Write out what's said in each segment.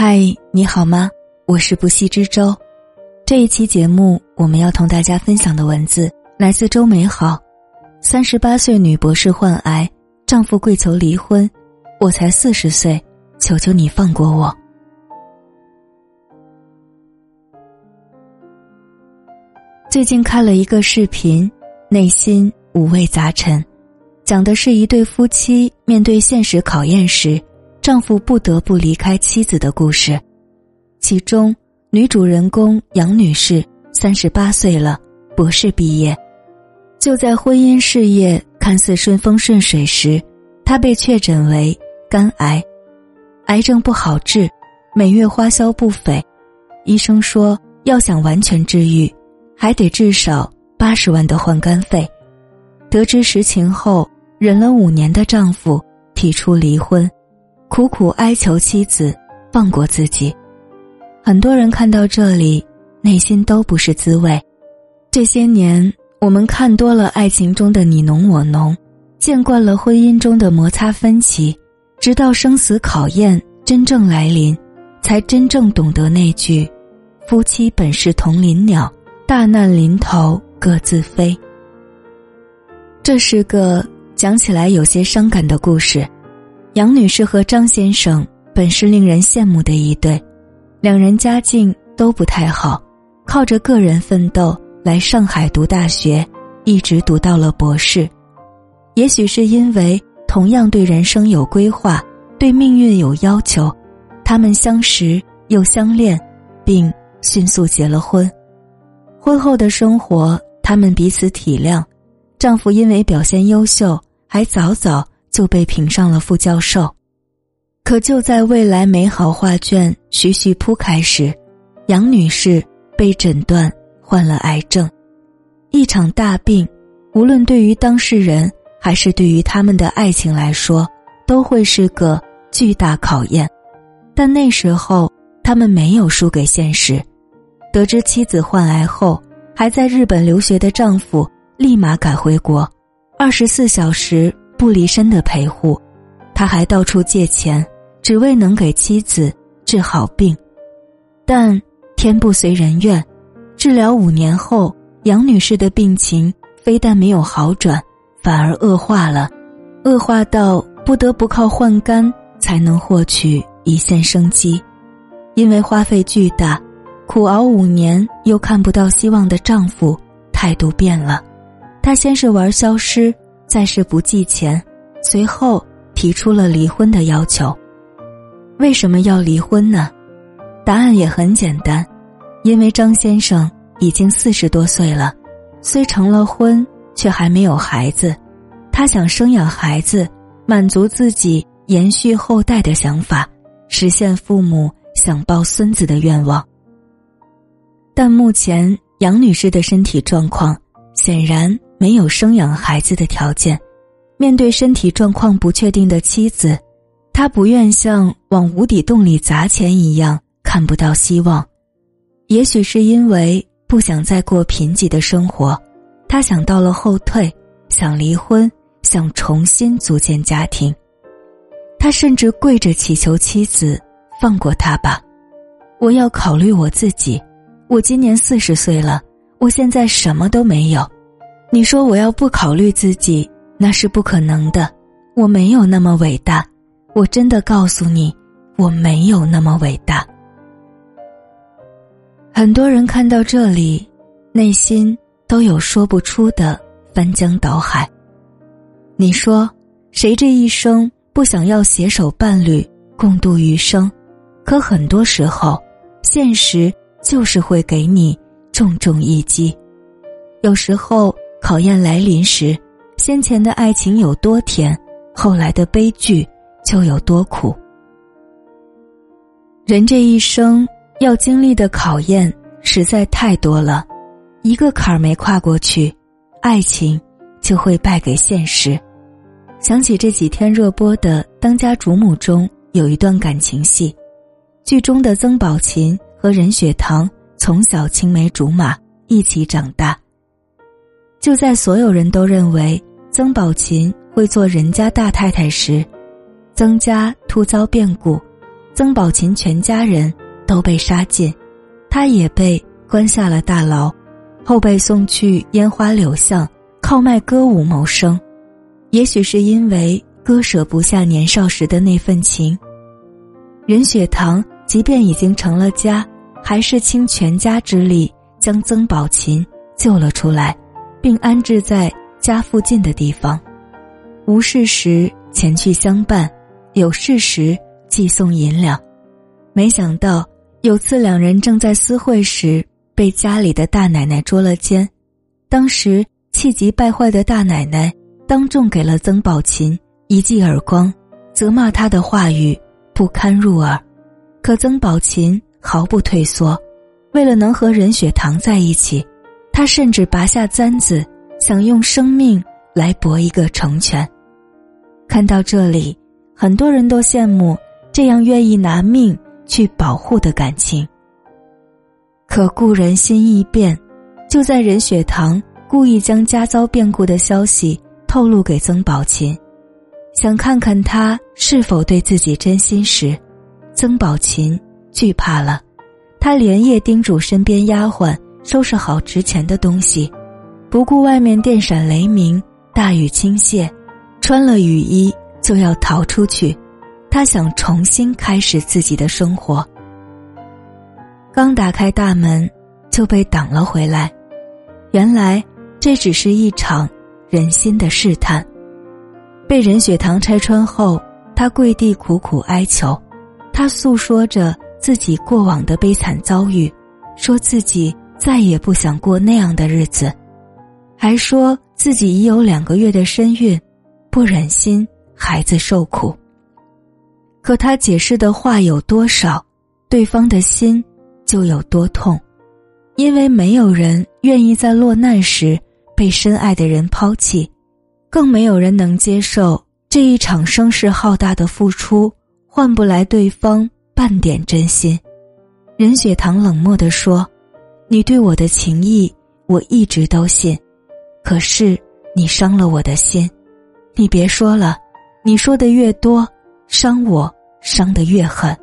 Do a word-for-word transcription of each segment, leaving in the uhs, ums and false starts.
嗨，你好吗？我是不息之舟。这一期节目我们要同大家分享的文字来自周美好。三十八岁女博士患癌，丈夫跪求离婚，我才四十岁，求求你放过我。最近看了一个视频，内心五味杂陈，讲的是一对夫妻面对现实考验时，丈夫不得不离开妻子的故事。其中女主人公杨女士三十八岁了，博士毕业。就在婚姻事业看似顺风顺水时，她被确诊为肝癌。癌症不好治，每月花销不菲，医生说要想完全治愈，还得至少八十万的换肝费。得知实情后，忍了五年的丈夫提出离婚，苦苦哀求妻子放过自己。很多人看到这里，内心都不是滋味。这些年，我们看多了爱情中的你侬我侬，见惯了婚姻中的摩擦分歧，直到生死考验真正来临，才真正懂得那句夫妻本是同林鸟，大难临头各自飞。这是个讲起来有些伤感的故事。杨女士和张先生本是令人羡慕的一对，两人家境都不太好，靠着个人奋斗来上海读大学，一直读到了博士。也许是因为同样对人生有规划，对命运有要求，他们相识又相恋，并迅速结了婚。婚后的生活，他们彼此体谅，丈夫因为表现优秀，还早早就被评上了副教授。可就在未来美好画卷徐徐铺开时，杨女士被诊断患了癌症。一场大病，无论对于当事人还是对于他们的爱情来说，都会是个巨大考验。但那时候他们没有输给现实。得知妻子患癌后，还在日本留学的丈夫立马赶回国，二十四小时不离身的陪护。他还到处借钱，只为能给妻子治好病。但天不随人愿，治疗五年后，杨女士的病情非但没有好转，反而恶化了，恶化到不得不靠换肝才能获取一线生机。因为花费巨大，苦熬五年又看不到希望的丈夫态度变了。他先是玩消失，再是不寄钱，随后提出了离婚的要求。为什么要离婚呢？答案也很简单，因为张先生已经四十多岁了，虽成了婚，却还没有孩子。他想生养孩子，满足自己延续后代的想法，实现父母想抱孙子的愿望。但目前杨女士的身体状况显然没有生养孩子的条件。面对身体状况不确定的妻子，他不愿像往无底洞里砸钱一样看不到希望。也许是因为不想再过贫瘠的生活，他想到了后退，想离婚，想重新组建家庭。他甚至跪着祈求妻子放过他吧，我要考虑我自己，我今年四十岁了，我现在什么都没有。你说我要不考虑自己，那是不可能的，我没有那么伟大，我真的告诉你，我没有那么伟大。很多人看到这里，内心都有说不出的翻江倒海。你说，谁这一生不想要携手伴侣，共度余生？可很多时候，现实就是会给你重重一击。有时候考验来临时，先前的爱情有多甜，后来的悲剧就有多苦。人这一生要经历的考验实在太多了，一个坎儿没跨过去，爱情就会败给现实。想起这几天热播的《当家主母》中有一段感情戏，剧中的曾宝琴和任雪棠从小青梅竹马，一起长大。就在所有人都认为曾宝琴会做人家大太太时，曾家突遭变故， 曾宝琴全家人都被杀尽，他也被关下了大牢，后被送去烟花柳巷靠卖歌舞谋生。也许是因为割舍不下年少时的那份情，任雪堂即便已经成了家，还是倾全家之力将曾宝琴救了出来，并安置在家附近的地方。无事时前去相伴，有事时寄送银两。没想到有次两人正在私会时，被家里的大奶奶捉了奸。当时气急败坏的大奶奶当众给了曾宝琴一记耳光，责骂他的话语不堪入耳。可曾宝琴毫不退缩，为了能和任雪堂在一起，他甚至拔下簪子，想用生命来搏一个成全。看到这里，很多人都羡慕这样愿意拿命去保护的感情。可故人心易变，就在任雪堂故意将家遭变故的消息透露给曾宝琴，想看看他是否对自己真心时，曾宝琴惧怕了。他连夜叮嘱身边丫鬟收拾好值钱的东西，不顾外面电闪雷鸣，大雨倾泻，穿了雨衣就要逃出去。他想重新开始自己的生活。刚打开大门就被挡了回来，原来这只是一场人心的试探。被任雪堂拆穿后，他跪地苦苦哀求，他诉说着自己过往的悲惨遭遇，说自己再也不想过那样的日子，还说自己已有两个月的身孕，不忍心孩子受苦。可他解释的话有多少，对方的心就有多痛，因为没有人愿意在落难时被深爱的人抛弃，更没有人能接受这一场声势浩大的付出换不来对方半点真心。任雪堂冷漠地说，你对我的情谊我一直都信，可是你伤了我的心，你别说了，你说的越多，伤我伤得越狠。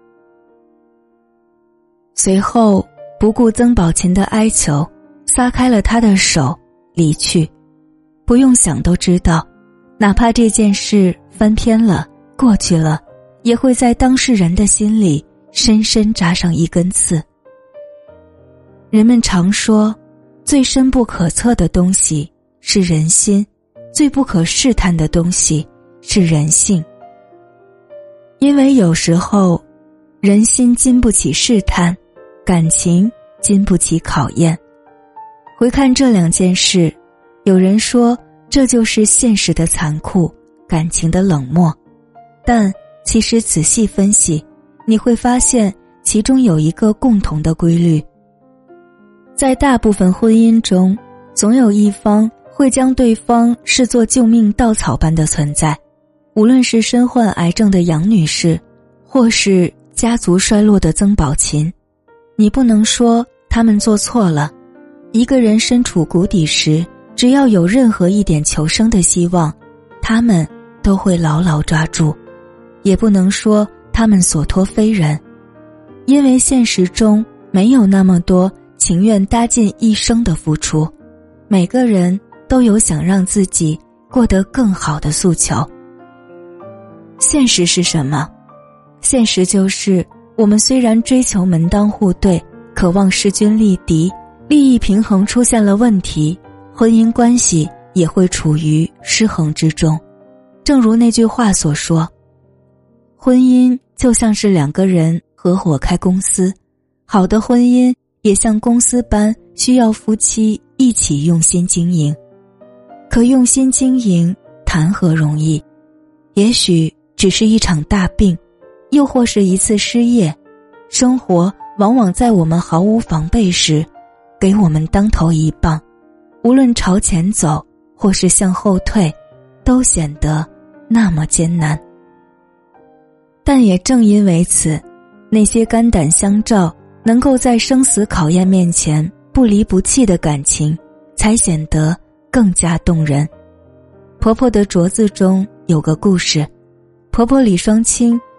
随后不顾曾宝琴的哀求，撒开了他的手离去。不用想都知道，哪怕这件事翻篇了过去了，也会在当事人的心里深深扎上一根刺。人们常说，最深不可测的东西是人心，最不可试探的东西是人性。因为有时候人心经不起试探，感情经不起考验。回看这两件事，有人说这就是现实的残酷，感情的冷漠，但其实仔细分析，你会发现其中有一个共同的规律。在大部分婚姻中，总有一方会将对方视作救命稻草般的存在，无论是身患癌症的杨女士，或是家族衰落的曾宝琴，你不能说他们做错了。一个人身处谷底时，只要有任何一点求生的希望，他们都会牢牢抓住。也不能说他们所托非人，因为现实中没有那么多情愿搭尽一生的付出，每个人都有想让自己过得更好的诉求。现实是什么？现实就是我们虽然追求门当户对，渴望势均力敌，利益平衡出现了问题，婚姻关系也会处于失衡之中。正如那句话所说，婚姻就像是两个人合伙开公司，好的婚姻也像公司般需要夫妻一起用心经营。可用心经营谈何容易？也许只是一场大病，又或是一次失业，生活往往在我们毫无防备时给我们当头一棒，无论朝前走或是向后退，都显得那么艰难。但也正因为此，那些肝胆相照，能够在生死考验面前不离不弃的感情，才显得更加动人。婆婆的镯子中有个故事，婆婆李双清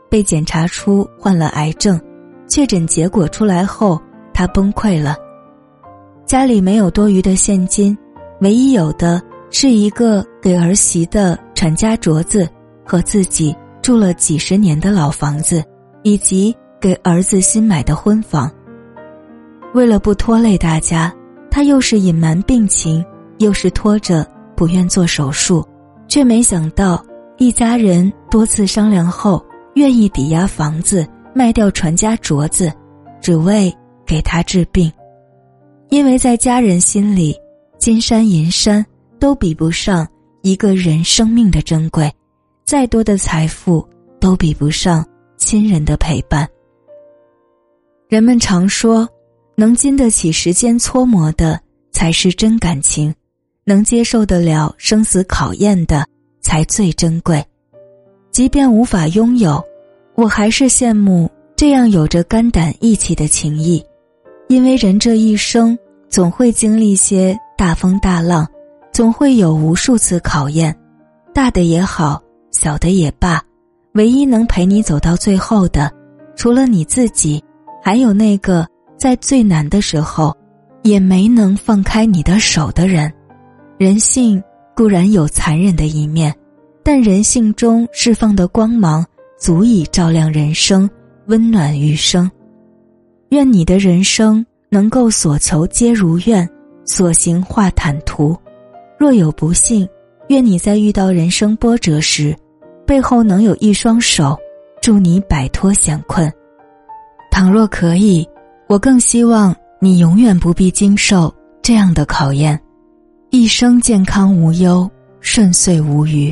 被检查出患了癌症，确诊结果出来后，他崩溃了。家里没有多余的现金，唯一有的是一个给儿媳的传家镯子和自己住了几十年的老房子，以及给儿子新买的婚房。为了不拖累大家，他又是隐瞒病情，又是拖着不愿做手术，却没想到一家人多次商量后，愿意抵押房子卖掉传家镯子，只为给他治病。因为在家人心里，金山银山都比不上一个人生命的珍贵，再多的财富都比不上亲人的陪伴。人们常说，能经得起时间搓磨的才是真感情，能接受得了生死考验的才最珍贵。即便无法拥有，我还是羡慕这样有着肝胆义气的情谊，因为人这一生总会经历些大风大浪，总会有无数次考验，大的也好，小的也罢，唯一能陪你走到最后的，除了你自己，还有那个在最难的时候也没能放开你的手的人。人性固然有残忍的一面，但人性中释放的光芒足以照亮人生，温暖余生。愿你的人生能够所求皆如愿，所行化坦途。若有不幸，愿你在遇到人生波折时，背后能有一双手助你摆脱险困。倘若可以，我更希望你永远不必经受这样的考验，一生健康无忧，顺遂无虞。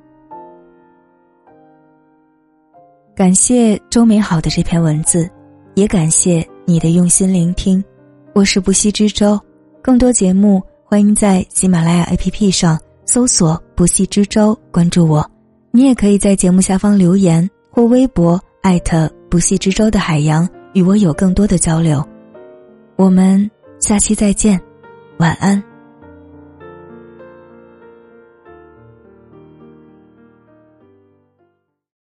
感谢周美好的这篇文字，也感谢你的用心聆听。我是不息之舟，更多节目欢迎在喜马拉雅 A P P 上搜索不息之舟，关注我。你也可以在节目下方留言或微博艾特不息之舟的海洋，与我有更多的交流。我们下期再见，晚安。